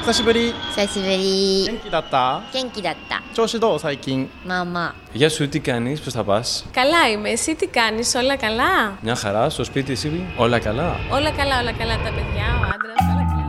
久しぶり。 久しぶり。 元気だった？ 元気だった。 調子どう最近？ まあまあ。 Γεια σου, τι κάνεις, πώς θα πας? Καλά είμαι, εσύ τι κάνεις, όλα καλά? Μια χαρά, στο σπίτι εσύ, όλα καλά? Όλα καλά, όλα καλά, τα παιδιά, ο άντρας, όλα καλά.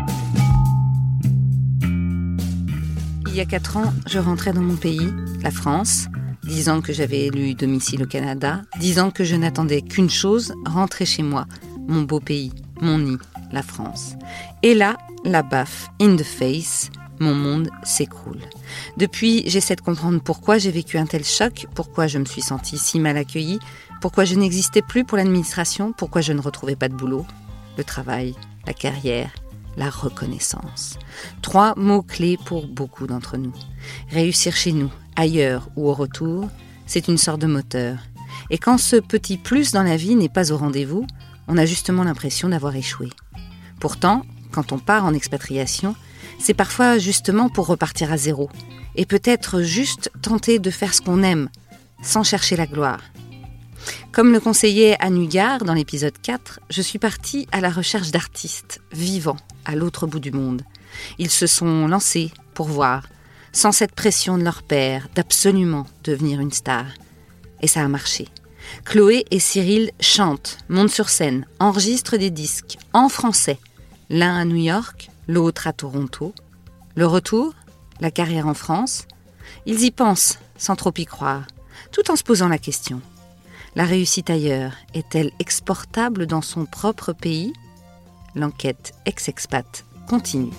Il y a 4 ans, je rentrais dans mon pays, la France, 10 ans que j'avais élu domicile au Canada, 10 ans que je n'attendais qu'une chose, rentrer chez moi, mon beau pays, mon nid, la France. Et là, la baffe, in the face, mon monde s'écroule. Depuis, j'essaie de comprendre pourquoi j'ai vécu un tel choc, pourquoi je me suis sentie si mal accueillie, pourquoi je n'existais plus pour l'administration, pourquoi je ne retrouvais pas de boulot, le travail, la carrière, la reconnaissance. 3 mots-clés pour beaucoup d'entre nous. Réussir chez nous, ailleurs ou au retour, c'est une sorte de moteur. Et quand ce petit plus dans la vie n'est pas au rendez-vous, on a justement l'impression d'avoir échoué. Pourtant, quand on part en expatriation, c'est parfois justement pour repartir à zéro. Et peut-être juste tenter de faire ce qu'on aime, sans chercher la gloire. Comme le conseillait Anne Hugard dans l'épisode 4, je suis partie à la recherche d'artistes vivants à l'autre bout du monde. Ils se sont lancés pour voir, sans cette pression de leur père, d'absolument devenir une star. Et ça a marché. Chloé et Cyril chantent, montent sur scène, enregistrent des disques en français. L'un à New York, l'autre à Toronto. Le retour, la carrière en France. Ils y pensent, sans trop y croire, tout en se posant la question. La réussite ailleurs est-elle exportable dans son propre pays ? L'enquête ex-expat continue.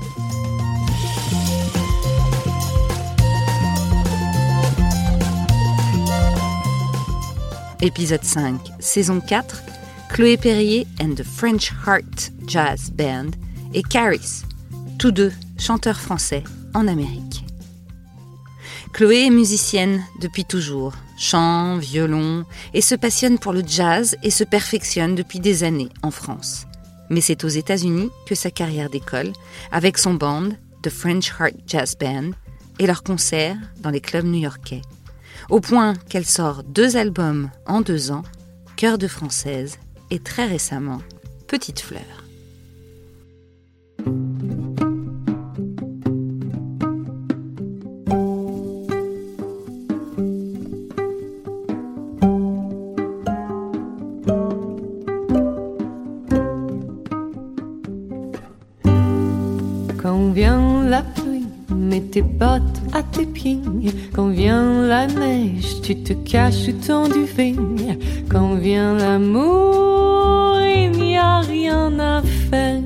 Épisode 5, saison 4, Chloé Perrier and the French Heart Jazz Band et Caris, tous deux chanteurs français en Amérique. Chloé est musicienne depuis toujours, chant, violon, et se passionne pour le jazz et se perfectionne depuis des années en France. Mais c'est aux États-Unis que sa carrière décolle, avec son band, The French Heart Jazz Band, et leurs concerts dans les clubs new-yorkais. Au point qu'elle sort 2 albums en 2 ans, Cœur de Française, et très récemment, Petite Fleur. Quand vient la pluie, mets tes bottes à tes pieds. Quand vient la neige, tu te caches dans du duvet. Quand vient l'amour, il n'y a rien à faire.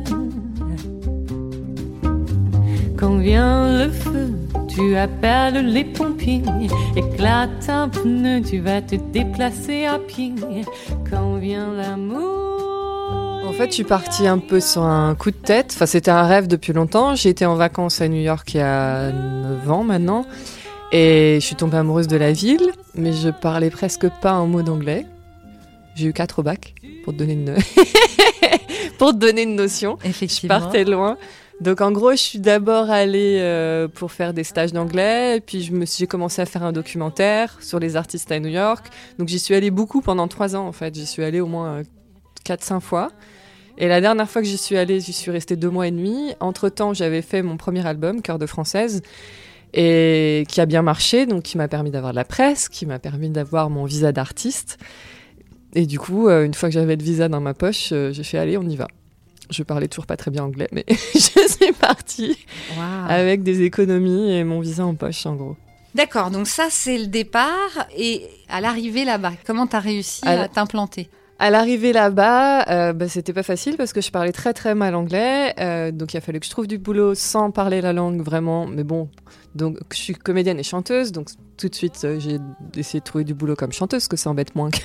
Quand vient le feu, tu appelles les pompiers. Éclate un pneu, tu vas te déplacer à pied. Quand vient l'amour... En fait, je suis partie un peu sur un coup de tête. Enfin, c'était un rêve depuis longtemps. J'ai été en vacances à New York il y a 9 ans maintenant. Et je suis tombée amoureuse de la ville. Mais je parlais presque pas un mot d'anglais. J'ai eu 4 au bac, pour te donner pour te donner une notion. Effectivement. Je partais loin. Donc en gros, je suis d'abord allée pour faire des stages d'anglais. Et puis j'ai commencé à faire un documentaire sur les artistes à New York. Donc j'y suis allée beaucoup pendant 3 ans en fait. J'y suis allée au moins 4-5 fois. Et la dernière fois que j'y suis allée, j'y suis restée 2 mois et demi. Entre-temps, j'avais fait mon premier album, Cœur de Française, et qui a bien marché, donc qui m'a permis d'avoir de la presse, qui m'a permis d'avoir mon visa d'artiste. Et du coup, une fois que j'avais le visa dans ma poche, j'ai fait « Allez, on y va ». Je parlais toujours pas très bien anglais, mais je suis partie avec des économies et mon visa en poche, en gros. D'accord, donc ça, c'est le départ. Et à l'arrivée là-bas, comment tu as réussi à t'implanter ? À l'arrivée là-bas, c'était pas facile parce que je parlais très très mal anglais, donc il a fallu que je trouve du boulot sans parler la langue vraiment, mais bon, donc je suis comédienne et chanteuse, donc tout de suite j'ai essayé de trouver du boulot comme chanteuse, parce que ça embête moins.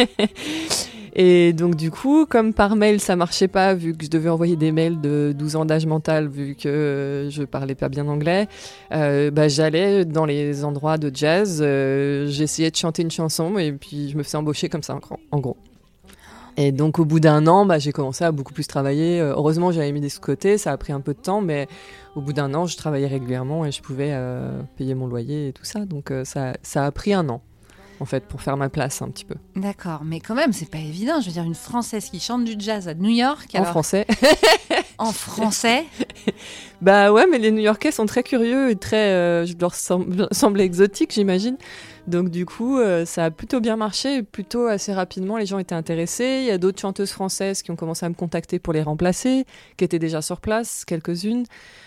Et donc du coup, comme par mail ça marchait pas, vu que je devais envoyer des mails de 12 ans d'âge mental, vu que je parlais pas bien anglais, j'allais dans les endroits de jazz, j'essayais de chanter une chanson et puis je me faisais embaucher comme ça en gros. Et donc, au bout d'1 an, j'ai commencé à beaucoup plus travailler. Heureusement, j'avais mis des sous-côtés, ça a pris un peu de temps, mais au bout d'1 an, je travaillais régulièrement et je pouvais payer mon loyer et tout ça. Donc, ça a pris 1 an. en fait, pour faire ma place un petit peu. D'accord, mais quand même, c'est pas évident. Je veux dire, une Française qui chante du jazz à New York. En français. En français. Bah ouais, mais les New-Yorkais sont très curieux et très, je leur semble exotique, j'imagine. Donc du coup, ça a plutôt bien marché, plutôt assez rapidement, les gens étaient intéressés. Il y a d'autres chanteuses françaises qui ont commencé à me contacter pour les remplacer, qui étaient déjà sur place, quelques-unes.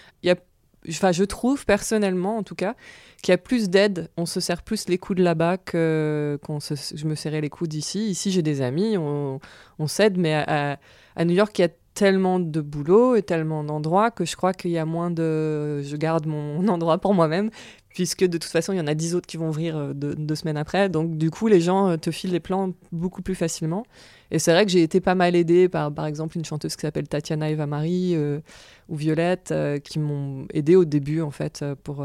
Je trouve personnellement, en tout cas, qu'il y a plus d'aide. On se serre plus les coudes là-bas que je me serrais les coudes ici. Ici, j'ai des amis, on s'aide, mais à New York, il y a tellement de boulot et tellement d'endroits que je crois qu'il y a moins de... Je garde mon endroit pour moi-même, puisque de toute façon, il y en a 10 autres qui vont ouvrir 2 semaines après. Donc, du coup, les gens te filent les plans beaucoup plus facilement. Et c'est vrai que j'ai été pas mal aidée par exemple, une chanteuse qui s'appelle Tatiana Eva-Marie ou Violette, qui m'ont aidée au début, en fait,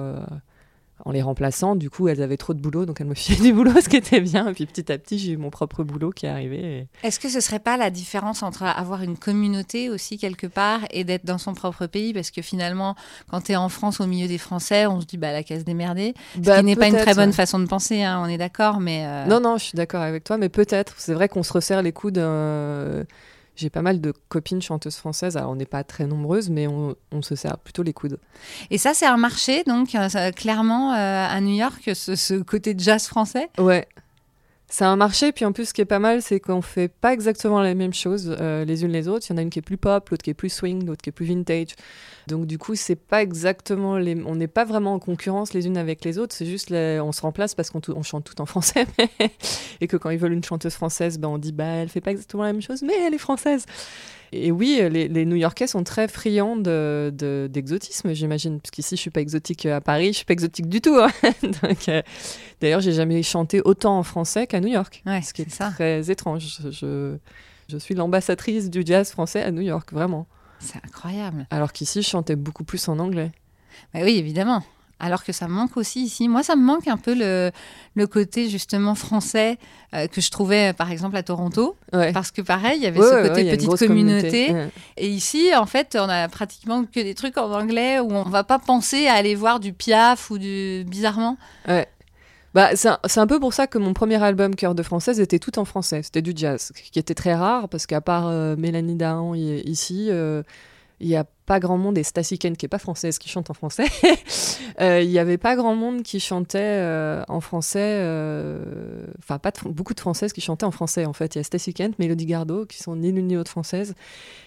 en les remplaçant. Du coup, elles avaient trop de boulot, donc elles me filaient du boulot, ce qui était bien. Et puis petit à petit, j'ai eu mon propre boulot qui est arrivé. Est-ce que ce serait pas la différence entre avoir une communauté aussi quelque part et d'être dans son propre pays? Parce que finalement, quand tu es en France, au milieu des Français, on se dit la case démerdée. Ce qui n'est pas une très bonne façon de penser, hein, on est d'accord, mais... Non, je suis d'accord avec toi, mais peut-être. C'est vrai qu'on se resserre les coudes... J'ai pas mal de copines chanteuses françaises, alors on n'est pas très nombreuses, mais on se serre plutôt les coudes. Et ça, c'est un marché, donc clairement, à New York, ce côté de jazz français? Ouais, c'est un marché, puis en plus, ce qui est pas mal, c'est qu'on fait pas exactement la même chose les unes les autres. Il y en a une qui est plus pop, l'autre qui est plus swing, l'autre qui est plus vintage. Donc du coup, c'est pas exactement on n'est pas vraiment en concurrence les unes avec les autres, c'est juste on se remplace parce qu'on chante tout en français et que quand ils veulent une chanteuse française, on dit elle fait pas exactement la même chose, mais elle est française. Et oui, les New-Yorkais sont très friands d'exotisme, j'imagine, parce qu'ici je suis pas exotique à Paris, je suis pas exotique du tout. Hein. Donc, d'ailleurs, j'ai jamais chanté autant en français qu'à New York, ce qui est très étrange. Je suis l'ambassadrice du jazz français à New York, vraiment. C'est incroyable. Alors qu'ici, je chantais beaucoup plus en anglais. Bah oui, évidemment. Alors que ça me manque aussi ici. Moi, ça me manque un peu le côté justement français que je trouvais par exemple à Toronto. Ouais. Parce que pareil, il y avait ce côté petite communauté. Ouais. Et ici, en fait, on a pratiquement que des trucs en anglais où on va pas penser à aller voir du Piaf ou du Bizarrement. Ouais. C'est un peu pour ça que mon premier album Cœur de Française était tout en français. C'était du jazz, qui était très rare, parce qu'à part Mélanie Dahan ici, il n'y a pas grand monde, et Stacy Kane, qui n'est pas française, qui chante en français. Il n'y avait pas grand monde qui chantait en français. Enfin, beaucoup de Françaises qui chantaient en français, en fait. Il y a Stacy Kent, Mélodie Gardot, qui sont ni l'une ni l'autre françaises.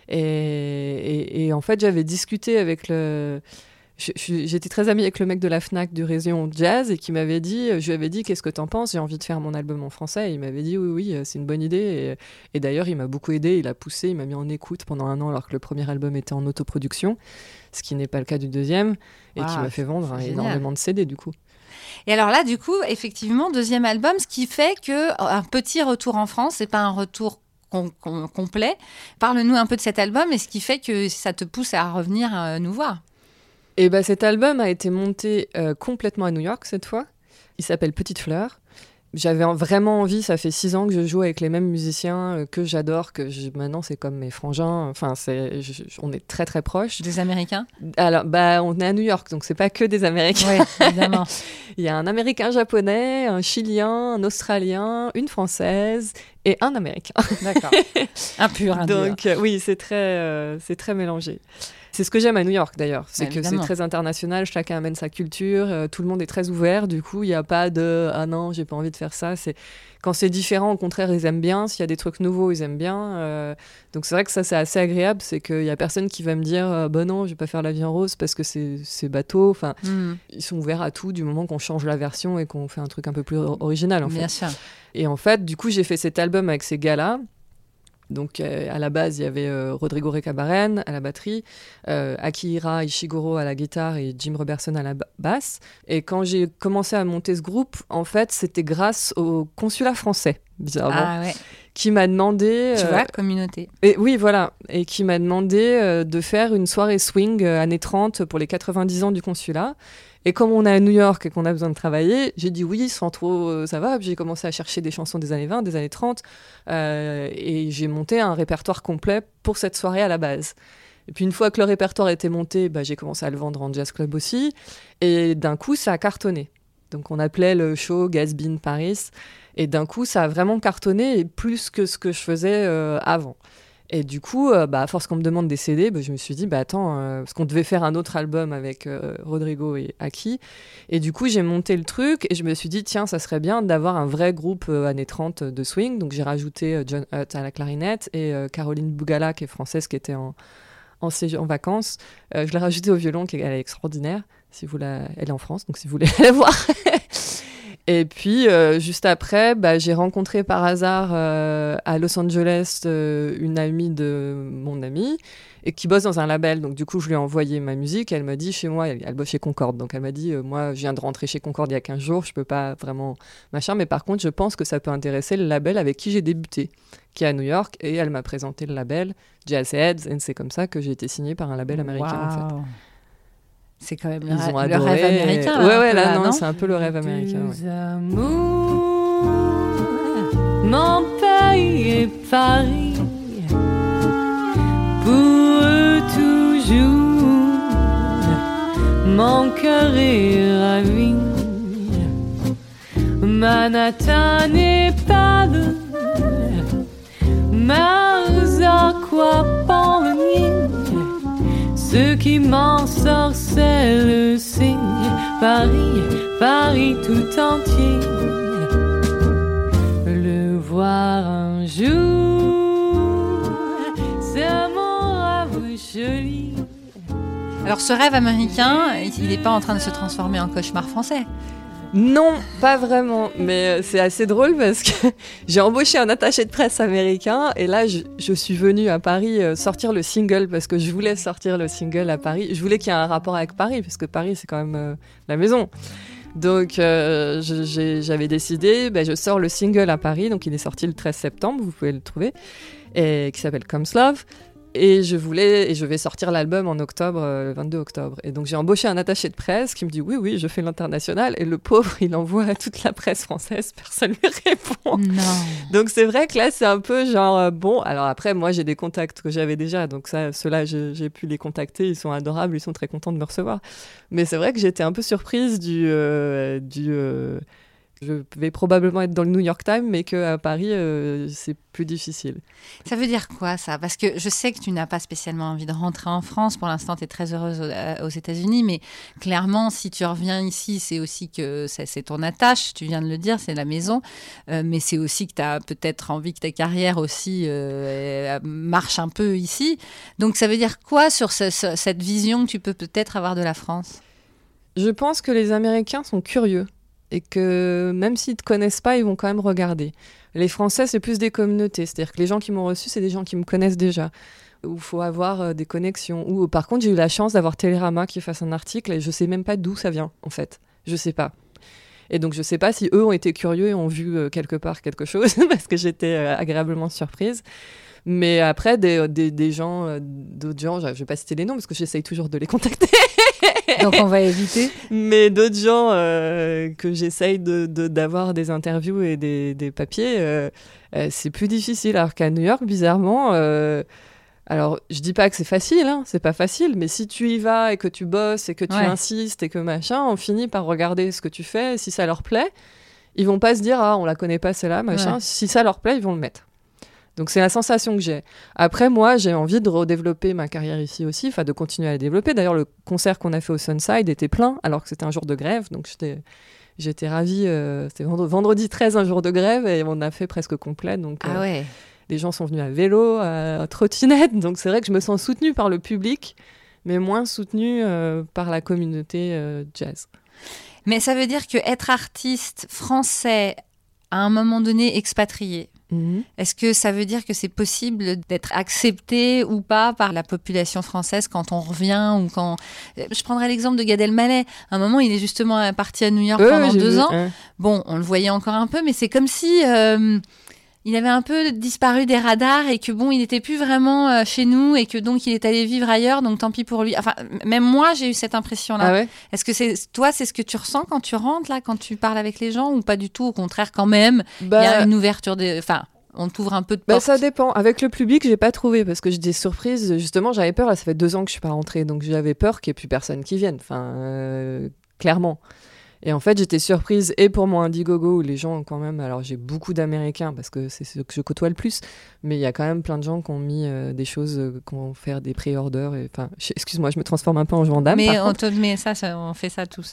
Et en fait, j'avais discuté avec J'étais très amie avec le mec de la Fnac du Région Jazz et qui m'avait dit, je lui avais dit qu'est-ce que t'en penses, j'ai envie de faire mon album en français, et il m'avait dit oui, c'est une bonne idée, et d'ailleurs il m'a beaucoup aidé, il a poussé, il m'a mis en écoute pendant 1 an alors que le premier album était en autoproduction, ce qui n'est pas le cas du deuxième, et qui m'a fait vendre énormément de CD du coup. Et alors là du coup, effectivement, deuxième album, ce qui fait qu'un petit retour en France, c'est pas un retour complet. Parle-nous un peu de cet album et ce qui fait que ça te pousse à revenir nous voir. Et cet album a été monté complètement à New York cette fois. Il s'appelle Petite Fleur. J'avais vraiment envie, ça fait 6 ans que je joue avec les mêmes musiciens que j'adore, maintenant c'est comme mes frangins, enfin on est très très proches. Des Américains ? Alors on est à New York, donc c'est pas que des Américains. Oui, évidemment. Il y a un Américain japonais, un Chilien, un Australien, une Française et un Américain. D'accord. Un pur, un dur. Donc oui, c'est très mélangé. C'est ce que j'aime à New York d'ailleurs, c'est que c'est très international, chacun amène sa culture, tout le monde est très ouvert, du coup il n'y a pas de « ah non, j'ai pas envie de faire ça ». Quand c'est différent, au contraire, ils aiment bien, s'il y a des trucs nouveaux, ils aiment bien. Donc c'est vrai que ça c'est assez agréable, c'est qu'il n'y a personne qui va me dire « bah non, je vais pas faire La Vie en rose parce que c'est bateau ». Enfin, ils sont ouverts à tout du moment qu'on change la version et qu'on fait un truc un peu plus original en fait. Bien sûr. Et en fait, du coup, j'ai fait cet album avec ces gars-là. Donc à la base, il y avait Rodrigo Recabarren à la batterie, Akihira Ishiguro à la guitare et Jim Robertson à la basse. Et quand j'ai commencé à monter ce groupe, en fait, c'était grâce au consulat français, bizarrement, qui m'a demandé... Tu vois, communauté. Oui, voilà. Et qui m'a demandé de faire une soirée swing années 30 pour les 90 ans du consulat. Et comme on est à New York et qu'on a besoin de travailler, j'ai dit oui, sans trop ça va. Puis j'ai commencé à chercher des chansons des années 20, des années 30. Et j'ai monté un répertoire complet pour cette soirée à la base. Et puis une fois que le répertoire était monté, j'ai commencé à le vendre en jazz club aussi. Et d'un coup, ça a cartonné. Donc on appelait le show Gatsby in Paris. Et d'un coup, ça a vraiment cartonné, et plus que ce que je faisais avant. Et du coup, à force qu'on me demande des CD, je me suis dit, attends, parce qu'on devait faire un autre album avec Rodrigo et Aki. Et du coup, j'ai monté le truc et je me suis dit, tiens, ça serait bien d'avoir un vrai groupe années 30 de swing. Donc, j'ai rajouté John Hutt à la clarinette et Caroline Bougala, qui est française, qui était en vacances. Je l'ai rajoutée au violon, elle est extraordinaire. Elle est en France, donc si vous voulez la voir. Et puis, juste après, j'ai rencontré par hasard à Los Angeles une amie de mon amie et qui bosse dans un label. Donc, du coup, je lui ai envoyé ma musique. Elle m'a dit, chez moi, elle bosse chez Concorde. Donc, elle m'a dit, moi, je viens de rentrer chez Concorde il y a 15 jours. Je peux pas vraiment machin. Mais par contre, je pense que ça peut intéresser le label avec qui j'ai débuté, qui est à New York. Et elle m'a présenté le label Jazz Heads. Et c'est comme ça que j'ai été signée par un label américain, en fait. C'est quand même le rêve américain. Ouais, là, non, c'est un peu le rêve américain. Deux amours, mon pays et Paris, pour eux toujours, mon cœur est ravi. Manhattan et Paris, Mars à quoi penser. Ce qui m'ensorcelle, c'est Paris tout entier. Le voir un jour, c'est mon rêve joli. Alors ce rêve américain, il n'est pas en train de se transformer en cauchemar français? Non, pas vraiment, mais c'est assez drôle parce que j'ai embauché un attaché de presse américain et là je suis venue à Paris sortir le single parce que je voulais sortir le single à Paris. Je voulais qu'il y ait un rapport avec Paris parce que Paris c'est quand même la maison. Donc j'avais décidé, je sors le single à Paris, donc il est sorti le 13 septembre, vous pouvez le trouver, et qui s'appelle Comes Love. Et je vais sortir l'album en octobre, le 22 octobre. Et donc j'ai embauché un attaché de presse qui me dit oui, je fais l'international. Et le pauvre, il envoie à toute la presse française, personne lui répond. Non. Donc c'est vrai que là, c'est un peu genre, bon, alors après, moi j'ai des contacts que j'avais déjà. Donc ceux-là, j'ai pu les contacter, ils sont adorables, ils sont très contents de me recevoir. Mais c'est vrai que j'étais un peu surprise je vais probablement être dans le New York Times, mais qu'à Paris, c'est plus difficile. Ça veut dire quoi, ça? Parce que je sais que tu n'as pas spécialement envie de rentrer en France. Pour l'instant, tu es très heureuse aux États-Unis. Mais clairement, si tu reviens ici, c'est aussi que c'est ton attache. Tu viens de le dire, c'est la maison. Mais c'est aussi que tu as peut-être envie que ta carrière aussi marche un peu ici. Donc, ça veut dire quoi sur cette vision que tu peux peut-être avoir de la France? Je pense que les Américains sont curieux. Et que même s'ils ne te connaissent pas, ils vont quand même regarder. Les Français, c'est plus des communautés. C'est-à-dire que les gens qui m'ont reçu, c'est des gens qui me connaissent déjà. Où il faut avoir des connexions. Ou par contre, j'ai eu la chance d'avoir Télérama qui fasse un article et je ne sais même pas d'où ça vient, en fait. Je ne sais pas. Et donc, je ne sais pas si eux ont été curieux et ont vu quelque part quelque chose, parce que j'étais agréablement surprise. Mais après, des gens, d'autres gens, je ne vais pas citer les noms, parce que j'essaye toujours de les contacter. Donc on va éviter. Mais d'autres gens que j'essaye d'avoir des interviews et des papiers, c'est plus difficile. Alors qu'à New York, bizarrement, alors je dis pas que c'est facile, hein, c'est pas facile, mais si tu y vas et que tu bosses et que tu insistes et que machin, on finit par regarder ce que tu fais. Si ça leur plaît, ils vont pas se dire on la connaît pas celle-là, machin. Ouais. Si ça leur plaît, ils vont le mettre. Donc c'est la sensation que j'ai. Après, moi, j'ai envie de redévelopper ma carrière ici aussi, enfin de continuer à la développer. D'ailleurs, le concert qu'on a fait au Sunside était plein, alors que c'était un jour de grève. Donc j'étais ravie. C'était vendredi 13, un jour de grève, et on a fait presque complet. Donc les gens sont venus à vélo, à trottinette. Donc c'est vrai que je me sens soutenue par le public, mais moins soutenue par la communauté jazz. Mais ça veut dire que être artiste français, à un moment donné, expatrié, est-ce que ça veut dire que c'est possible d'être accepté ou pas par la population française quand on revient ou quand... Je prendrais l'exemple de Gad Elmaleh. À un moment, il est justement parti à New York pendant 2 ans. Bon, on le voyait encore un peu, mais c'est comme si il avait un peu disparu des radars et que bon, il n'était plus vraiment chez nous et que donc il est allé vivre ailleurs, donc tant pis pour lui. Enfin, même moi, j'ai eu cette impression-là. Ah ouais. Est-ce que c'est ce que tu ressens quand tu rentres là, quand tu parles avec les gens, ou pas du tout? Au contraire, quand même, il y a une ouverture enfin, on t'ouvre un peu de porte. Ça dépend. Avec le public, j'ai pas trouvé parce que j'ai des surprises. Justement, j'avais peur. Là, ça fait 2 ans que je suis pas rentrée, donc j'avais peur qu'il y ait plus personne qui vienne. Enfin, clairement. Et en fait, j'étais surprise, et pour mon Indiegogo, où les gens, quand même, alors j'ai beaucoup d'Américains, parce que c'est ceux que je côtoie le plus, mais il y a quand même plein de gens qui ont mis des choses, qui ont fait des pré-orders. Excuse-moi, je me transforme un peu en gendarme. Mais on fait ça tous.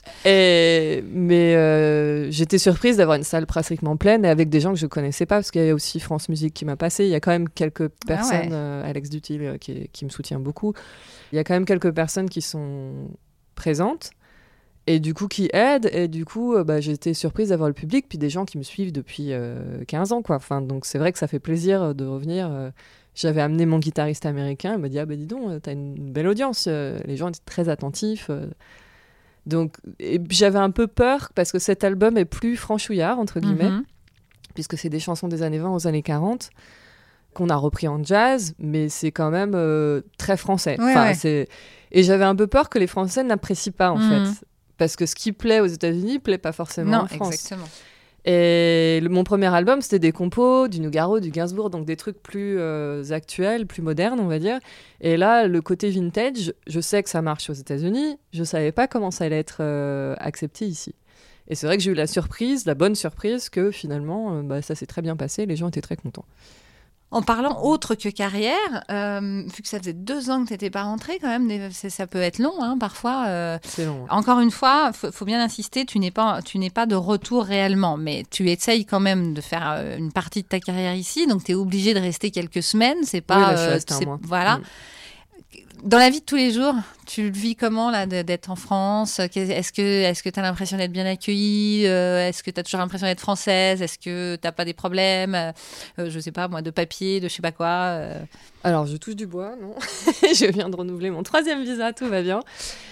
Mais j'étais surprise d'avoir une salle pratiquement pleine, et avec des gens que je connaissais pas, parce qu'il y a aussi France Musique qui m'a passé. Il y a quand même quelques personnes, Alex Dutil, qui me soutient beaucoup. Il y a quand même quelques personnes qui sont présentes. Et du coup, qui aident. Et du coup, j'ai été surprise d'avoir le public, puis des gens qui me suivent depuis 15 ans, quoi. Enfin, donc, c'est vrai que ça fait plaisir de revenir. J'avais amené mon guitariste américain. Il m'a dit, dis donc, t'as une belle audience. Les gens étaient très attentifs. Donc, et j'avais un peu peur, parce que cet album est plus franchouillard, entre guillemets, puisque c'est des chansons des années 20 aux années 40, qu'on a repris en jazz, mais c'est quand même très français. Et j'avais un peu peur que les Français n'apprécient pas, en fait. Parce que ce qui plaît aux États-Unis plaît pas forcément en France. Exactement. Et mon premier album, c'était des compos, du Nougaro, du Gainsbourg, donc des trucs plus actuels, plus modernes, on va dire. Et là, le côté vintage, je sais que ça marche aux États-Unis, je savais pas comment ça allait être accepté ici. Et c'est vrai que j'ai eu la bonne surprise, que finalement, ça s'est très bien passé, les gens étaient très contents. En parlant autre que carrière, vu que ça faisait 2 ans que tu n'étais pas rentrée, quand même, ça peut être long, parfois. C'est long. Encore une fois, faut bien insister, tu n'es pas de retour réellement, mais tu essayes quand même de faire une partie de ta carrière ici, donc tu es obligé de rester quelques semaines. C'est pas. Oui, là, je suis restée un mois. Voilà. Dans la vie de tous les jours, tu le vis comment là, d'être en France ? Est-ce que tu as l'impression d'être bien accueillie ? Est-ce que tu as toujours l'impression d'être française ? Est-ce que tu n'as pas des problèmes je sais pas moi, de papier, de je sais pas quoi Alors, je touche du bois, non. Je viens de renouveler mon 3e visa, tout va bien.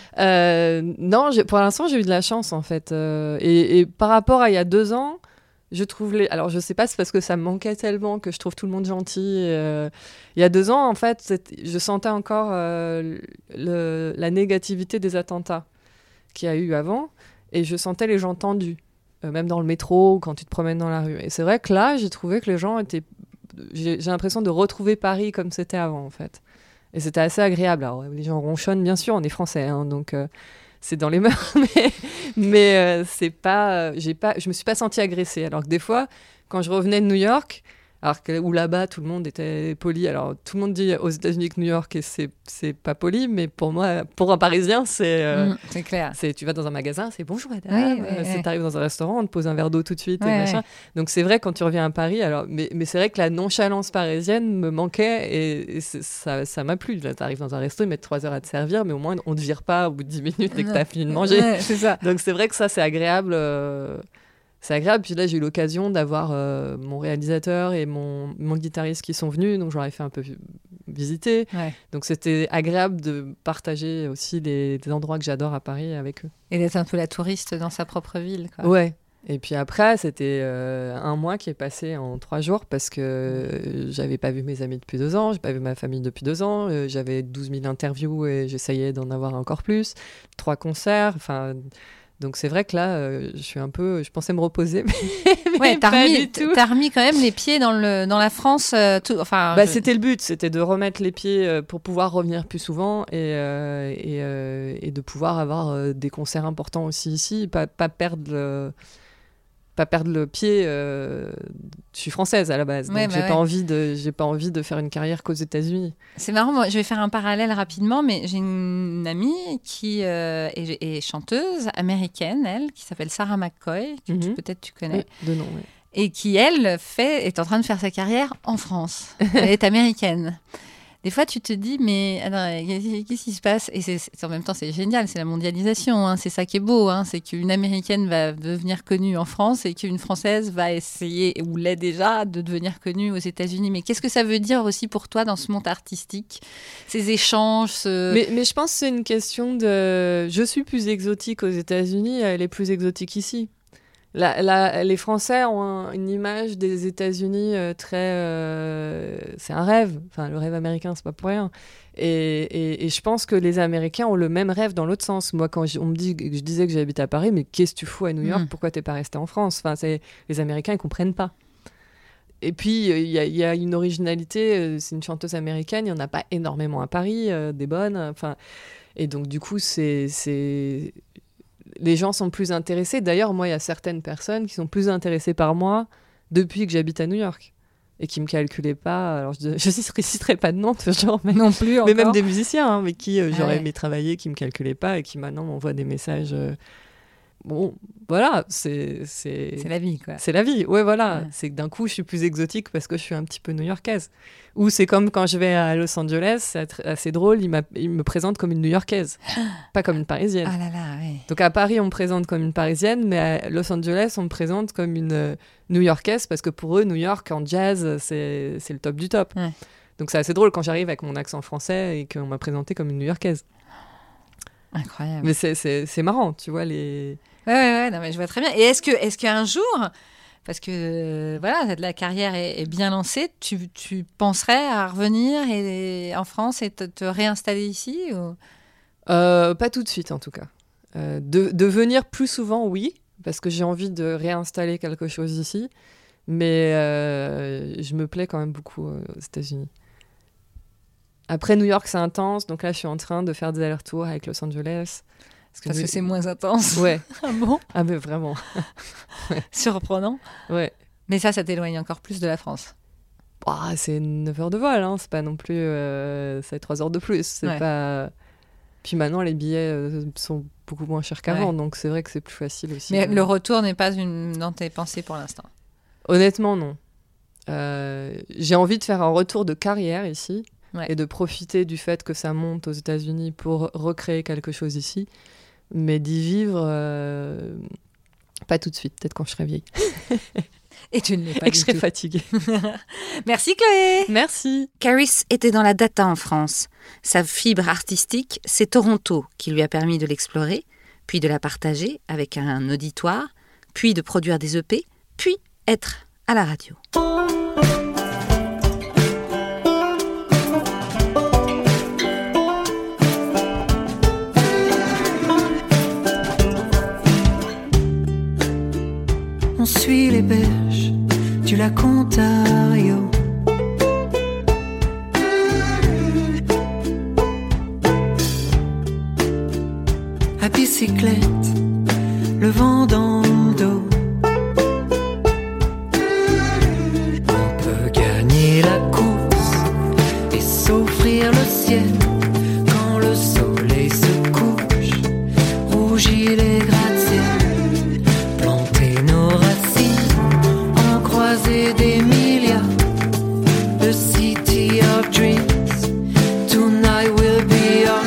Non, pour l'instant, j'ai eu de la chance, en fait. Et par rapport à il y a 2 ans, je trouve alors je sais pas, c'est parce que ça me manquait tellement que je trouve tout le monde gentil. Il y a 2 ans, en fait, je sentais encore la négativité des attentats qu'il y a eu avant, et je sentais les gens tendus, même dans le métro, quand tu te promènes dans la rue. Et c'est vrai que là, j'ai trouvé que les gens étaient... J'ai l'impression de retrouver Paris comme c'était avant, en fait. Et c'était assez agréable. Alors, les gens ronchonnent, bien sûr, on est français, donc... c'est dans les mœurs, mais c'est pas, je me suis pas sentie agressée. Alors que des fois, quand je revenais de New York, où là-bas tout le monde était poli. Alors tout le monde dit aux États-Unis que New York c'est pas poli, mais pour moi, pour un Parisien, c'est clair. Tu vas dans un magasin, c'est bonjour madame. T'arrives dans un restaurant, on te pose un verre d'eau tout de suite et machin. Donc c'est vrai quand tu reviens à Paris. Alors, mais c'est vrai que la nonchalance parisienne me manquait et ça m'a plu. Là, t'arrives dans un resto, ils mettent 3 heures à te servir, mais au moins on te vire pas au bout de 10 minutes dès que t'as fini de manger. C'est ça. Donc c'est vrai que ça c'est agréable. C'est agréable. Puis là, j'ai eu l'occasion d'avoir mon réalisateur et mon guitariste qui sont venus. Donc, je leur ai fait un peu visiter. Donc, c'était agréable de partager aussi des endroits que j'adore à Paris avec eux. Et d'être un peu la touriste dans sa propre ville, quoi. Ouais. Et puis après, c'était 1 mois qui est passé en 3 jours parce que j'avais pas vu mes amis depuis 2 ans, j'ai pas vu ma famille depuis 2 ans, j'avais 12 000 interviews et j'essayais d'en avoir encore plus, 3 concerts, enfin... Donc c'est vrai que là, je pensais me reposer, mais t'as remis quand même les pieds dans la France. C'était le but, c'était de remettre les pieds pour pouvoir revenir plus souvent et de pouvoir avoir des concerts importants aussi ici, pas perdre le pied. Je suis française à la base, donc j'ai pas envie de faire une carrière qu'aux États-Unis. C'est marrant, moi, je vais faire un parallèle rapidement, mais j'ai une amie qui est chanteuse américaine, elle, qui s'appelle Sarah McCoy, que peut-être tu connais. De nom, oui. Et qui, elle, est en train de faire sa carrière en France. Elle est américaine. Des fois, tu te dis, mais attends, qu'est-ce qui se passe ? Et en même temps, c'est génial, c'est la mondialisation, c'est ça qui est beau, c'est qu'une Américaine va devenir connue en France et qu'une Française va essayer, ou l'est déjà, de devenir connue aux États-Unis. Mais qu'est-ce que ça veut dire aussi pour toi dans ce monde artistique ? Ces échanges mais je pense que c'est une question de... Je suis plus exotique aux États-Unis, elle est plus exotique ici. Les Français ont une image des États-Unis très... c'est un rêve. Enfin, le rêve américain, c'est pas pour rien. Et je pense que les Américains ont le même rêve dans l'autre sens. Moi, quand je disais que j'habitais à Paris, mais qu'est-ce que tu fous à New York ? Pourquoi t'es pas resté en France ? Enfin, les Américains, ils comprennent pas. Et puis, il y a une originalité. C'est une chanteuse américaine. Il y en a pas énormément à Paris, des bonnes. Enfin, et donc, du coup, les gens sont plus intéressés. D'ailleurs, moi, il y a certaines personnes qui sont plus intéressées par moi depuis que j'habite à New York et qui me calculaient pas. Alors, je citerai pas de nom, genre, mais Non plus encore. mais même des musiciens hein, avec qui j'aurais Ouais. aimé travailler, qui me calculaient pas et qui maintenant m'envoient des messages. Bon, voilà, c'est la vie, quoi. c'est la vie. Ouais, voilà. Ouais. C'est que d'un coup, je suis plus exotique parce que je suis un petit peu new-yorkaise. Ou c'est comme quand je vais à Los Angeles, c'est assez drôle, il me présente comme une new-yorkaise, pas comme une parisienne. Ah là là, ouais. Donc à Paris, on me présente comme une parisienne, mais à Los Angeles, on me présente comme une new-yorkaise parce que pour eux, New York en jazz, c'est le top du top. Ouais. Donc c'est assez drôle quand j'arrive avec mon accent français et qu'on m'a présenté comme une new-yorkaise. Incroyable. Mais c'est marrant, tu vois, les... Ouais, non, mais je vois très bien. Et est-ce qu'un jour, parce que voilà, la carrière est bien lancée, tu penserais à revenir en France et te réinstaller ici ou... Pas tout de suite, en tout cas. De venir plus souvent, oui, parce que j'ai envie de réinstaller quelque chose ici, mais je me plais quand même beaucoup aux États-Unis. Après, New York, c'est intense, donc là, je suis en train de faire des allers-retours avec Los Angeles. Parce que c'est moins intense. Ouais. Ah bon? Ah, mais vraiment. Surprenant. Ouais. Mais ça t'éloigne encore plus de la France. Bah, c'est 9 heures de vol, hein. C'est pas non plus... c'est 3 heures de plus. C'est Ouais. pas... Puis maintenant, les billets sont beaucoup moins chers qu'avant, Ouais. donc c'est vrai que c'est plus facile aussi. Mais le retour n'est pas dans tes pensées pour l'instant. Honnêtement, non. J'ai envie de faire un retour de carrière ici Ouais. et de profiter du fait que ça monte aux États-Unis pour recréer quelque chose ici. Mais d'y vivre, pas tout de suite, peut-être quand je serai vieille. Et tu ne l'es pas Et que du je serai tout. fatiguée. Merci Chloé. Merci. Caris était dans la data en France. Sa fibre artistique, c'est Toronto qui lui a permis de l'explorer, puis de la partager avec un auditoire, puis de produire des EP, puis être à la radio. On suit les berges du lac Ontario. À bicyclette, le vent dans le dos. On peut gagner la course et s'offrir le ciel quand le soleil se couche. Rougit les gratte-ciels, planter nos racines, en croiser des milliards. The city of dreams, tonight will be ours.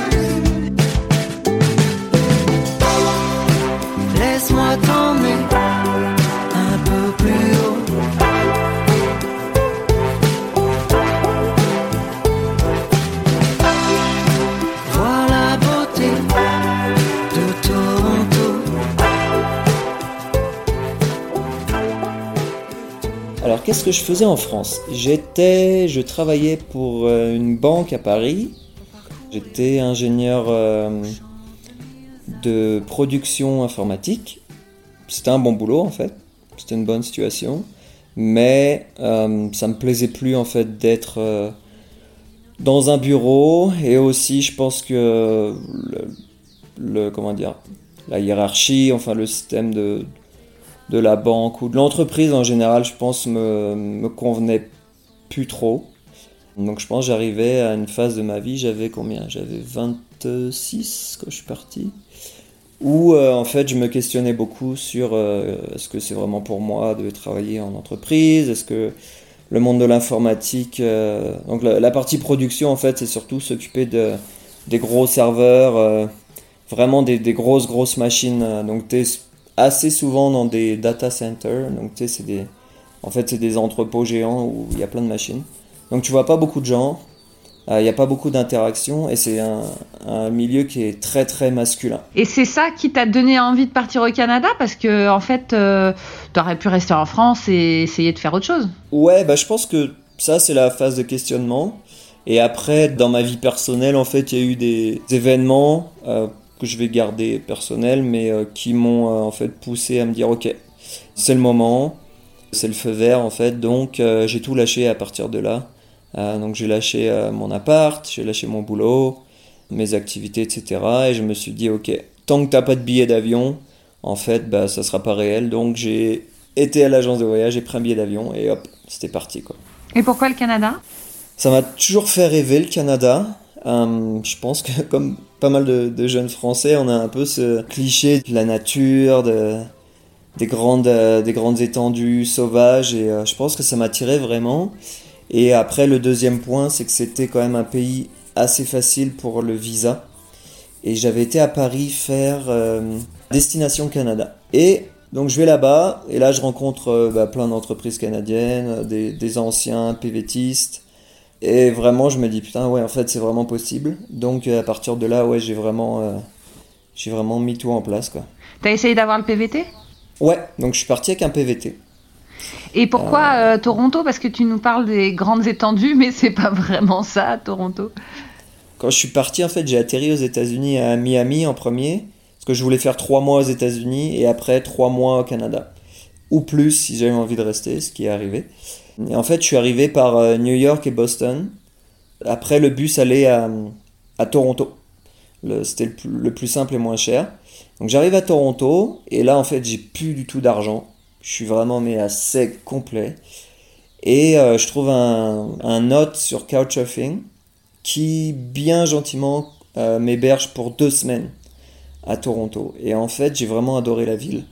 Laisse-moi t'emmener un peu plus haut. Voir la beauté de Toronto. Alors, qu'est-ce que je faisais en France ? Je travaillais pour une banque à Paris. J'étais ingénieur de production informatique. C'était un bon boulot, en fait. C'était une bonne situation. Mais ça me plaisait plus, en fait, d'être dans un bureau. Et aussi, je pense que comment dire, la hiérarchie, enfin, le système de la banque ou de l'entreprise en général, je pense, me convenait plus trop. Donc je pense que j'arrivais à une phase de ma vie, j'avais combien ? J'avais 26 quand je suis parti. Où en fait je me questionnais beaucoup sur est-ce que c'est vraiment pour moi de travailler en entreprise ? Est-ce que le monde de l'informatique... donc la partie production en fait c'est surtout s'occuper des gros serveurs, vraiment des grosses machines. Donc t'es assez souvent dans des data centers, donc tu sais, c'est des entrepôts géants où il y a plein de machines. Donc tu vois pas beaucoup de gens, il n'y a pas beaucoup d'interactions et c'est un milieu qui est très très masculin. Et c'est ça qui t'a donné envie de partir au Canada parce que en fait, t'aurais pu rester en France et essayer de faire autre chose. Ouais, bah je pense que ça c'est la phase de questionnement. Et après, dans ma vie personnelle, en fait, il y a eu des événements que je vais garder personnels, mais qui m'ont en fait poussé à me dire ok, c'est le moment, c'est le feu vert en fait, donc j'ai tout lâché à partir de là. Donc j'ai lâché mon appart, j'ai lâché mon boulot, mes activités, etc. Et je me suis dit ok, tant que t'as pas de billet d'avion, en fait, bah, ça sera pas réel. Donc j'ai été à l'agence de voyage, j'ai pris un billet d'avion et hop, c'était parti, quoi. Et pourquoi le Canada ? Ça m'a toujours fait rêver, le Canada. Je pense que comme pas mal de jeunes Français, on a un peu ce cliché de la nature, des grandes étendues sauvages, et je pense que ça m'attirait vraiment. Et après, le deuxième point, c'est que c'était quand même un pays assez facile pour le visa. Et j'avais été à Paris faire Destination Canada. Et donc je vais là-bas, et là je rencontre plein d'entreprises canadiennes, des anciens PVTistes. Et vraiment, je me dis, putain, ouais, en fait, c'est vraiment possible. Donc à partir de là, ouais, j'ai vraiment mis tout en place, quoi. T'as essayé d'avoir le PVT ? Ouais, donc je suis parti avec un PVT. Et pourquoi Toronto ? Parce que tu nous parles des grandes étendues, mais c'est pas vraiment ça, Toronto. Quand je suis parti, en fait, j'ai atterri aux États-Unis à Miami en premier, parce que je voulais faire 3 mois aux États-Unis et après 3 mois au Canada. Ou plus si j'avais envie de rester, ce qui est arrivé. Et en fait, je suis arrivé par New York et Boston. Après, le bus allait à Toronto. C'était le plus simple et moins cher. Donc j'arrive à Toronto, et là, en fait, j'ai plus du tout d'argent. Je suis vraiment à sec complet. Et je trouve un note sur Couchsurfing qui, bien gentiment, m'héberge pour 2 semaines à Toronto. Et en fait, j'ai vraiment adoré la ville.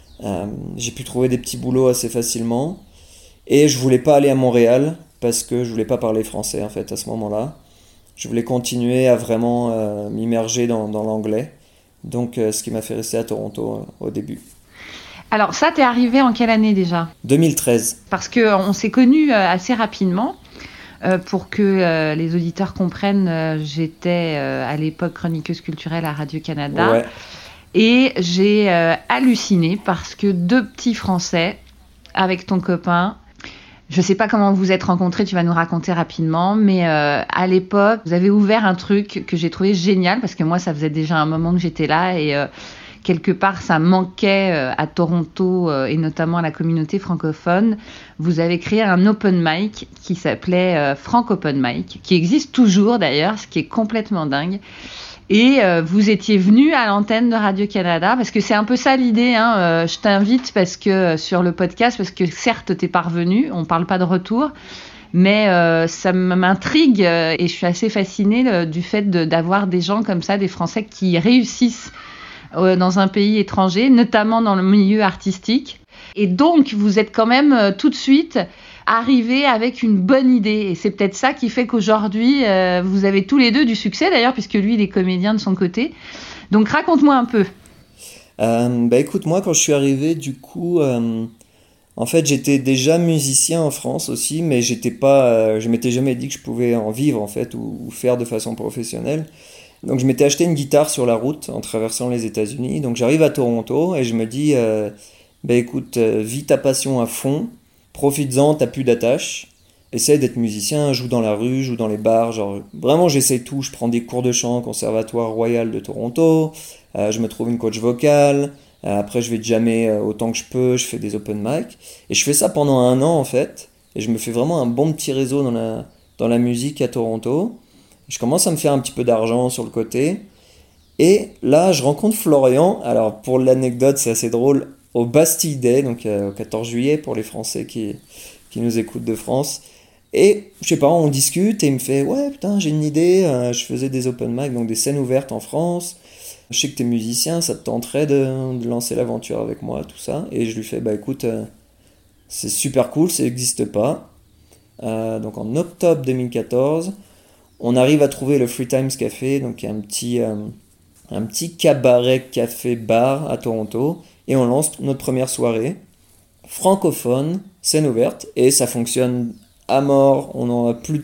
J'ai pu trouver des petits boulots assez facilement. Et je voulais pas aller à Montréal parce que je voulais pas parler français, en fait, à ce moment-là. Je voulais continuer à vraiment m'immerger dans l'anglais. Donc, ce qui m'a fait rester à Toronto au début. Alors ça, t'es arrivé en quelle année déjà ? 2013. Parce qu'on s'est connus assez rapidement. Pour que les auditeurs comprennent, j'étais à l'époque chroniqueuse culturelle à Radio-Canada. Ouais. Et j'ai halluciné parce que 2 petits Français, avec ton copain, je ne sais pas comment vous vous êtes rencontrés, tu vas nous raconter rapidement, mais à l'époque, vous avez ouvert un truc que j'ai trouvé génial, parce que moi, ça faisait déjà un moment que j'étais là, et quelque part, ça manquait à Toronto, et notamment à la communauté francophone. Vous avez créé un open mic qui s'appelait Frank Open Mic, qui existe toujours d'ailleurs, ce qui est complètement dingue. Et vous étiez venu à l'antenne de Radio-Canada, parce que c'est un peu ça l'idée, hein. Je t'invite parce que sur le podcast, parce que certes, t'es pas revenu, on parle pas de retour, mais ça m'intrigue et je suis assez fascinée du fait d'avoir des gens comme ça, des Français qui réussissent dans un pays étranger, notamment dans le milieu artistique. Et donc, vous êtes quand même tout de suite arrivé avec une bonne idée. Et c'est peut-être ça qui fait qu'aujourd'hui, vous avez tous les deux du succès, d'ailleurs, puisque lui, il est comédien de son côté. Donc, raconte-moi un peu. Écoute, moi, quand je suis arrivé, du coup, en fait, j'étais déjà musicien en France aussi, mais je m'étais jamais dit que je pouvais en vivre, en fait, ou faire de façon professionnelle. Donc, je m'étais acheté une guitare sur la route en traversant les États-Unis. Donc, j'arrive à Toronto et je me dis, écoute, vis ta passion à fond. Profites-en, t'as plus d'attache. Essaye d'être musicien, joue dans la rue, joue dans les bars. Genre, vraiment, j'essaye tout. Je prends des cours de chant au Conservatoire Royal de Toronto. Je me trouve une coach vocale. Après, je vais jammer autant que je peux. Je fais des open mic. Et je fais ça pendant 1 an, en fait. Et je me fais vraiment un bon petit réseau dans la musique à Toronto. Je commence à me faire un petit peu d'argent sur le côté. Et là, je rencontre Florian. Alors, pour l'anecdote, c'est assez drôle. Au Bastille Day, donc au 14 juillet, pour les Français qui nous écoutent de France. Et, je sais pas, on discute et il me fait « Ouais, putain, j'ai une idée, je faisais des open mic, donc des scènes ouvertes en France. Je sais que t'es musicien, ça te tenterait de lancer l'aventure avec moi, tout ça. » Et je lui fais « Écoute, c'est super cool, ça n'existe pas. » Donc en octobre 2014, on arrive à trouver le Free Times Café, donc un petit cabaret café-bar à Toronto. Et on lance notre première soirée, francophone, scène ouverte, et ça fonctionne à mort. On en a plus de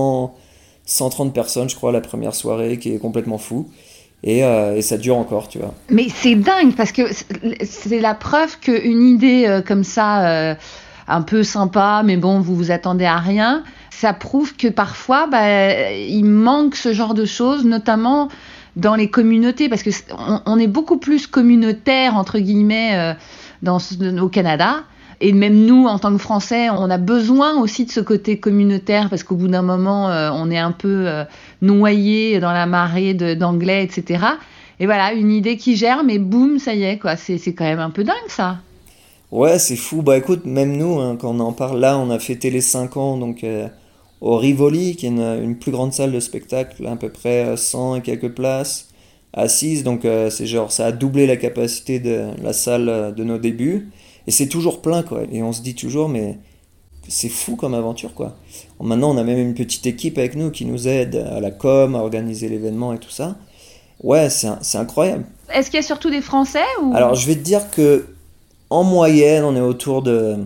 130 personnes, je crois, la première soirée, qui est complètement fou. Et ça dure encore, tu vois. Mais c'est dingue, parce que c'est la preuve qu'une idée comme ça, un peu sympa, mais bon, vous vous attendez à rien, ça prouve que parfois, il manque ce genre de choses, notamment dans les communautés, parce que on est beaucoup plus communautaire, entre guillemets, au Canada. Et même nous, en tant que Français, on a besoin aussi de ce côté communautaire, parce qu'au bout d'un moment, on est un peu noyé dans la marée d'anglais, etc. Et voilà, une idée qui germe et boum, ça y est, quoi. C'est quand même un peu dingue, ça. Ouais, c'est fou. Bah écoute, même nous, hein, quand on en parle, là, on a fêté les 5 ans donc, au Rivoli, qui est une plus grande salle de spectacle, à peu près 100 et quelques places assises. Donc c'est genre, ça a doublé la capacité de la salle de nos débuts. Et c'est toujours plein, quoi. Et on se dit toujours, mais c'est fou comme aventure, quoi. Maintenant, on a même une petite équipe avec nous qui nous aide à la com, à organiser l'événement et tout ça. Ouais, c'est incroyable. Est-ce qu'il y a surtout des Français ou... Alors, je vais te dire que en moyenne, on est autour de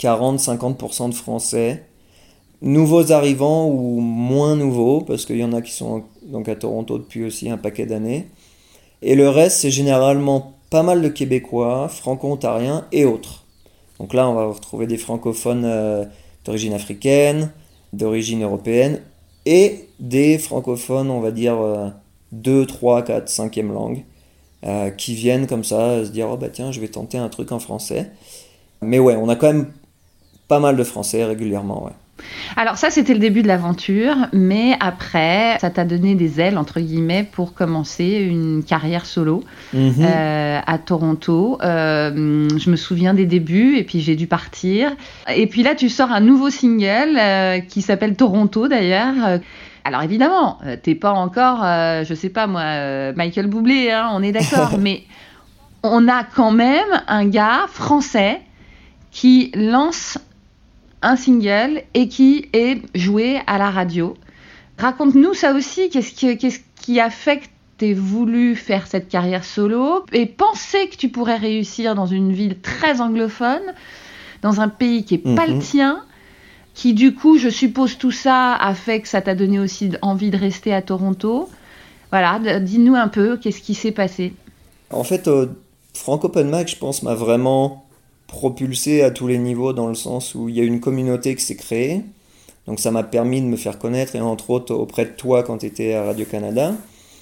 40-50% de Français. Nouveaux arrivants ou moins nouveaux, parce qu'il y en a qui sont donc à Toronto depuis aussi un paquet d'années. Et le reste, c'est généralement pas mal de Québécois, franco-ontariens et autres. Donc là, on va retrouver des francophones d'origine africaine, d'origine européenne, et des francophones, on va dire, 2, 3, 4, 5e langue, qui viennent comme ça se dire « Oh bah tiens, je vais tenter un truc en français ». Mais ouais, on a quand même pas mal de Français régulièrement, ouais. Alors ça, c'était le début de l'aventure, mais après, ça t'a donné des ailes, entre guillemets, pour commencer une carrière solo à Toronto. Je me souviens des débuts, et puis j'ai dû partir. Et puis là, tu sors un nouveau single qui s'appelle Toronto, d'ailleurs. Alors évidemment, t'es pas encore, je sais pas moi, Michael Bublé, hein, on est d'accord, mais on a quand même un gars français qui lance un single et qui est joué à la radio. Raconte-nous ça aussi, qu'est-ce qui a fait que t'aies voulu faire cette carrière solo et penser que tu pourrais réussir dans une ville très anglophone, dans un pays qui est pas le tien, qui du coup, je suppose tout ça a fait que ça t'a donné aussi envie de rester à Toronto. Voilà, dis-nous un peu, qu'est-ce qui s'est passé? En fait, Frank Open Mic, je pense, m'a vraiment propulsé à tous les niveaux, dans le sens où il y a une communauté qui s'est créée. Donc ça m'a permis de me faire connaître, et entre autres auprès de toi quand tu étais à Radio-Canada.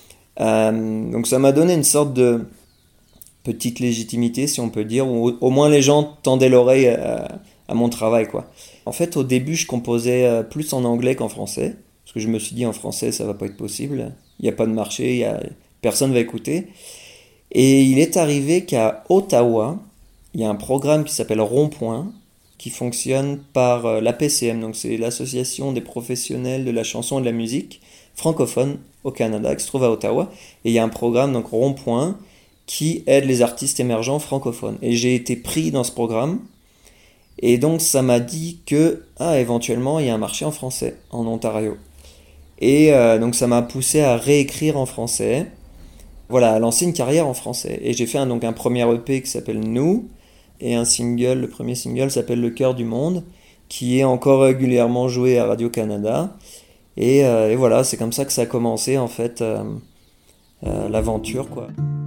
Donc ça m'a donné une sorte de petite légitimité, si on peut dire, où au moins les gens tendaient l'oreille à mon travail, quoi. En fait, au début, je composais plus en anglais qu'en français, parce que je me suis dit en français, ça va pas être possible. Il n'y a pas de marché, personne va écouter. Et il est arrivé qu'à Ottawa, il y a un programme qui s'appelle Rond-Point, qui fonctionne par l'APCM, donc c'est l'Association des professionnels de la chanson et de la musique francophone au Canada, qui se trouve à Ottawa. Et il y a un programme, donc Rond-Point, qui aide les artistes émergents francophones. Et j'ai été pris dans ce programme, et donc ça m'a dit que, éventuellement, il y a un marché en français, en Ontario. Et donc ça m'a poussé à réécrire en français, voilà, à lancer une carrière en français. Et j'ai fait donc un premier EP qui s'appelle Nous, et un single, le premier single s'appelle Le Cœur du Monde, qui est encore régulièrement joué à Radio-Canada. Et voilà, c'est comme ça que ça a commencé, en fait, l'aventure, quoi.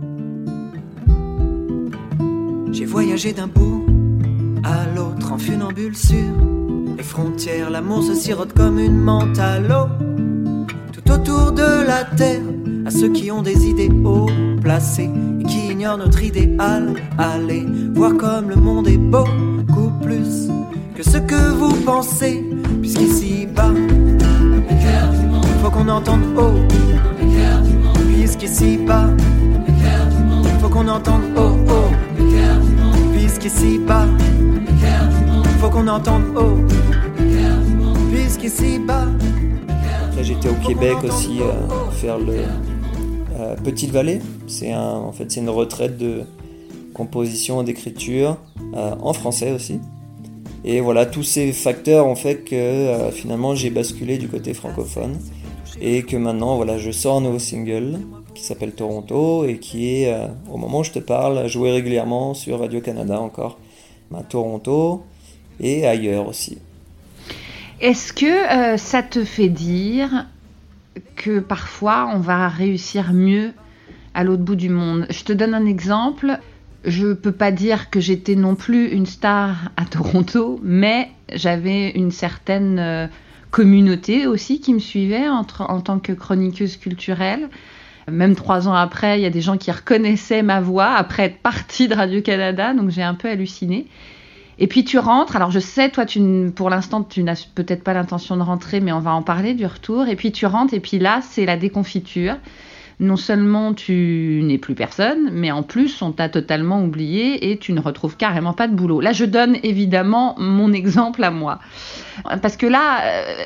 J'ai voyagé d'un bout à l'autre en funambule sur les frontières. L'amour se sirote comme une menthe à l'eau, tout autour de la terre. À ceux qui ont des idées haut placées et qui ignorent notre idéal, allez voir comme le monde est beaucoup plus que ce que vous pensez. Puisqu'ici bas, faut qu'on entende haut. Puisqu'ici bas, faut qu'on entende haut, haut. Puisqu'ici bas, faut qu'on entende haut. Puisqu'ici bas. Après, j'étais au Québec aussi faire le Petite Vallée. C'est une retraite de composition et d'écriture en français aussi. Et voilà, tous ces facteurs ont fait que finalement j'ai basculé du côté francophone, et que maintenant voilà, je sors un nouveau single qui s'appelle Toronto, et qui est, au moment où je te parle, joué régulièrement sur Radio-Canada encore, à Toronto et ailleurs aussi. Est-ce que ça te fait dire que parfois on va réussir mieux à l'autre bout du monde? Je te donne un exemple. Je peux pas dire que j'étais non plus une star à Toronto, mais j'avais une certaine communauté aussi qui me suivait en tant que chroniqueuse culturelle. Même 3 ans après, il y a des gens qui reconnaissaient ma voix après être partie de Radio-Canada, donc j'ai un peu halluciné. Et puis tu rentres, alors je sais, toi, pour l'instant, tu n'as peut-être pas l'intention de rentrer, mais on va en parler du retour. Et puis tu rentres, et puis là, c'est la déconfiture. non seulement tu n'es plus personne, mais en plus on t'a totalement oublié et tu ne retrouves carrément pas de boulot. Là, je donne évidemment mon exemple à moi. Parce que là,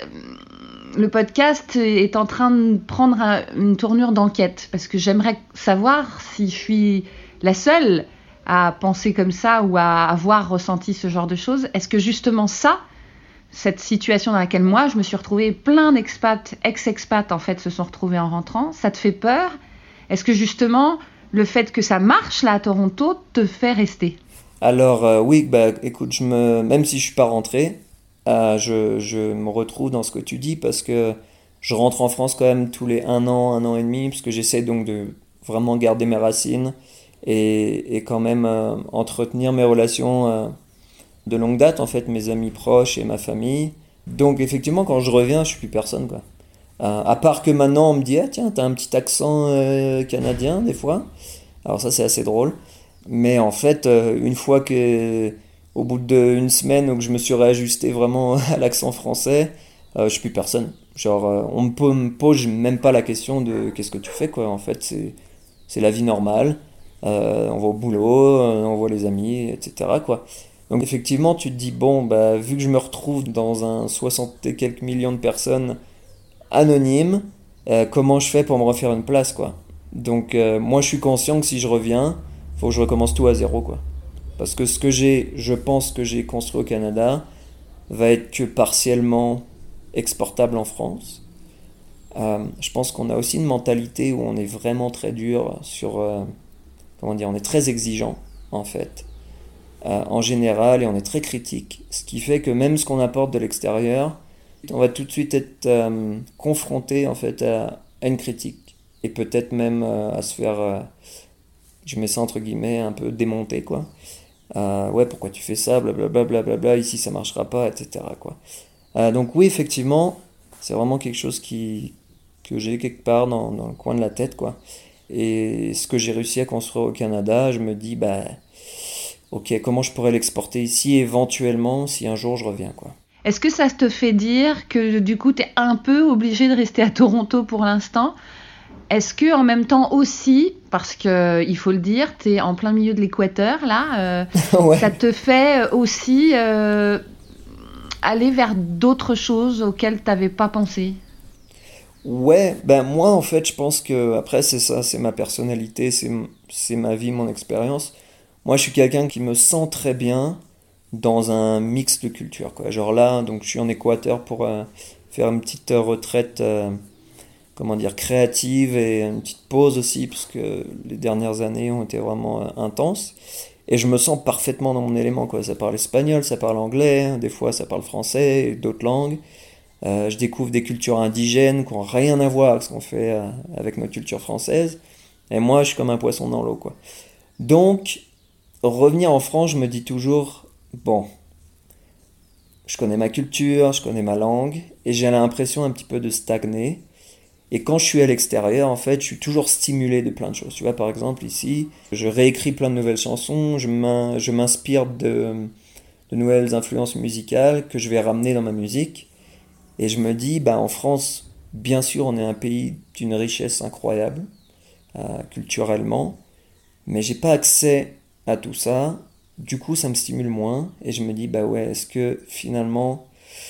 le podcast est en train de prendre une tournure d'enquête. Parce que j'aimerais savoir si je suis la seule à penser comme ça ou à avoir ressenti ce genre de choses. Est-ce que justement ça, cette situation dans laquelle moi je me suis retrouvée, plein d'expats, ex-expats en fait se sont retrouvés en rentrant, ça te fait peur? Est-ce que justement le fait que ça marche là à Toronto te fait rester? Alors oui, écoute, même si je suis pas rentré, je me retrouve dans ce que tu dis parce que je rentre en France quand même tous les 1 an et demi, parce que j'essaie donc de vraiment garder mes racines et quand même entretenir mes relations de longue date, en fait, mes amis proches et ma famille. Donc effectivement, quand je reviens, je suis plus personne, quoi. À part que maintenant, on me dit « Ah tiens, t'as un petit accent canadien, des fois. » Alors ça, c'est assez drôle. Mais en fait, une fois que, au bout d'une semaine où je me suis réajusté vraiment à l'accent français, je suis plus personne. Genre, on me pose même pas la question de « Qu'est-ce que tu fais, quoi ?» En fait, c'est la vie normale. On va au boulot, on voit les amis, etc., quoi. Donc effectivement, tu te dis, bon, vu que je me retrouve dans un 60 et quelques millions de personnes anonymes, comment je fais pour me refaire une place, quoi. Donc moi, je suis conscient que si je reviens, il faut que je recommence tout à zéro, quoi. Parce que ce que je pense que j'ai construit au Canada va être que partiellement exportable en France. Je pense qu'on a aussi une mentalité où on est vraiment très dur sur... on est très exigeant, en fait. En général, et on est très critique, ce qui fait que même ce qu'on apporte de l'extérieur, on va tout de suite être confronté en fait à une critique et peut-être même à se faire, je mets ça entre guillemets, un peu démonter, quoi. Ouais, pourquoi tu fais ça, blablabla, blablabla, ici ça marchera pas, etc., quoi. Donc oui, effectivement, c'est vraiment quelque chose que j'ai quelque part dans le coin de la tête, quoi. Et ce que j'ai réussi à construire au Canada, je me dis, ok, comment je pourrais l'exporter ici éventuellement si un jour je reviens, quoi. Est-ce que ça te fait dire que du coup tu es un peu obligé de rester à Toronto pour l'instant? Est-ce que en même temps aussi, parce que il faut le dire, tu es en plein milieu de l'équateur là, ouais. Ça te fait aussi aller vers d'autres choses auxquelles tu n'avais pas pensé? Ouais, moi en fait je pense que, après c'est ça, c'est ma personnalité, c'est ma vie, mon expérience. Moi, je suis quelqu'un qui me sent très bien dans un mix de cultures, quoi. Genre là, donc je suis en Équateur pour faire une petite retraite, créative, et une petite pause aussi, parce que les dernières années ont été vraiment intenses. Et je me sens parfaitement dans mon élément, quoi. Ça parle espagnol, ça parle anglais, des fois ça parle français et d'autres langues. Je découvre des cultures indigènes qui n'ont rien à voir avec ce qu'on fait avec notre culture française. Et moi, je suis comme un poisson dans l'eau, quoi. Donc, revenir en France, je me dis toujours, bon, je connais ma culture, je connais ma langue, et j'ai l'impression un petit peu de stagner. Et quand je suis à l'extérieur, en fait, je suis toujours stimulé de plein de choses. Tu vois, par exemple, ici, je réécris plein de nouvelles chansons, je m'inspire de nouvelles influences musicales que je vais ramener dans ma musique. Et je me dis, en France, bien sûr, on est un pays d'une richesse incroyable, culturellement, mais j'ai pas accès à tout ça, du coup ça me stimule moins, et je me dis est-ce que finalement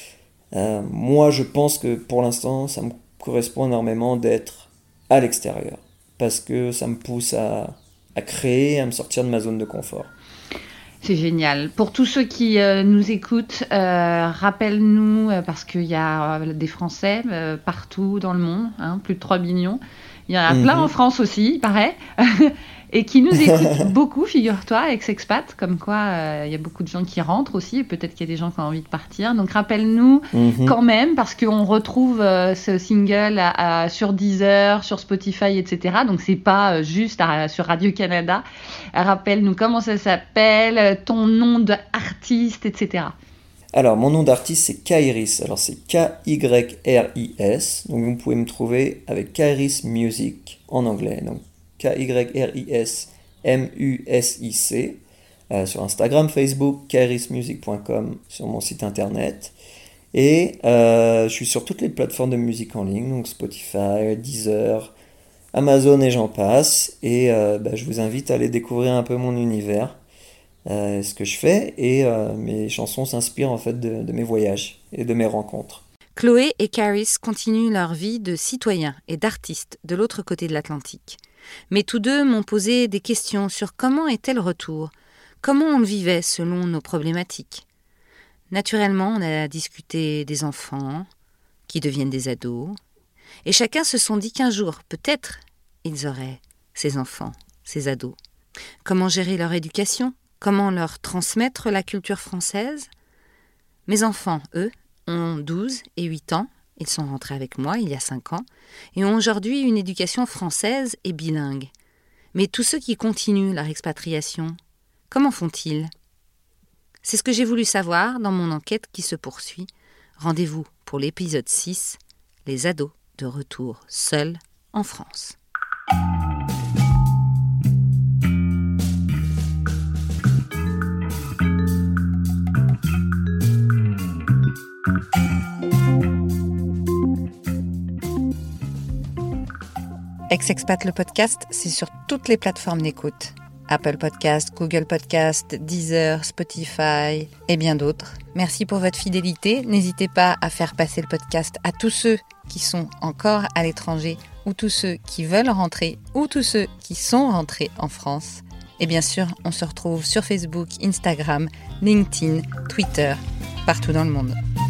moi je pense que pour l'instant ça me correspond énormément d'être à l'extérieur, parce que ça me pousse à créer, à me sortir de ma zone de confort. C'est génial. Pour tous ceux qui nous écoutent, rappelle-nous, parce qu'il y a des Français partout dans le monde, plus de 3 millions, il y en a plein en France aussi, il paraît. Et qui nous écoutent beaucoup, figure-toi, ex-expats, comme quoi il y a beaucoup de gens qui rentrent aussi, et peut-être qu'il y a des gens qui ont envie de partir. Donc rappelle-nous quand même, parce qu'on retrouve ce single sur Deezer, sur Spotify, etc. Donc c'est pas juste sur Radio-Canada. Rappelle-nous comment ça s'appelle, ton nom d'artiste, etc. Alors mon nom d'artiste c'est Kairis, alors c'est K-Y-R-I-S, donc vous pouvez me trouver avec Kairis Music en anglais, donc K-Y-R-I-S-M-U-S-I-C, sur Instagram, Facebook, kairismusic.com, sur mon site internet. Et je suis sur toutes les plateformes de musique en ligne, donc Spotify, Deezer, Amazon et j'en passe. Et je vous invite à aller découvrir un peu mon univers, ce que je fais. Et mes chansons s'inspirent en fait de mes voyages et de mes rencontres. Chloé et Caris continuent leur vie de citoyens et d'artistes de l'autre côté de l'Atlantique. Mais tous deux m'ont posé des questions sur comment était le retour, comment on le vivait selon nos problématiques. Naturellement, on a discuté des enfants qui deviennent des ados, et chacun se sont dit qu'un jour, peut-être, ils auraient ces enfants, ces ados. Comment gérer leur éducation? Comment leur transmettre la culture française? Mes enfants, eux, ont 12 et 8 ans. Ils sont rentrés avec moi il y a 5 ans et ont aujourd'hui une éducation française et bilingue. Mais tous ceux qui continuent leur expatriation, comment font-ils? C'est ce que j'ai voulu savoir dans mon enquête qui se poursuit. Rendez-vous pour l'épisode 6, les ados de retour seuls en France. Ex-Expat le podcast, c'est sur toutes les plateformes d'écoute. Apple Podcast, Google Podcast, Deezer, Spotify et bien d'autres. Merci pour votre fidélité. N'hésitez pas à faire passer le podcast à tous ceux qui sont encore à l'étranger ou tous ceux qui veulent rentrer ou tous ceux qui sont rentrés en France. Et bien sûr, on se retrouve sur Facebook, Instagram, LinkedIn, Twitter, partout dans le monde.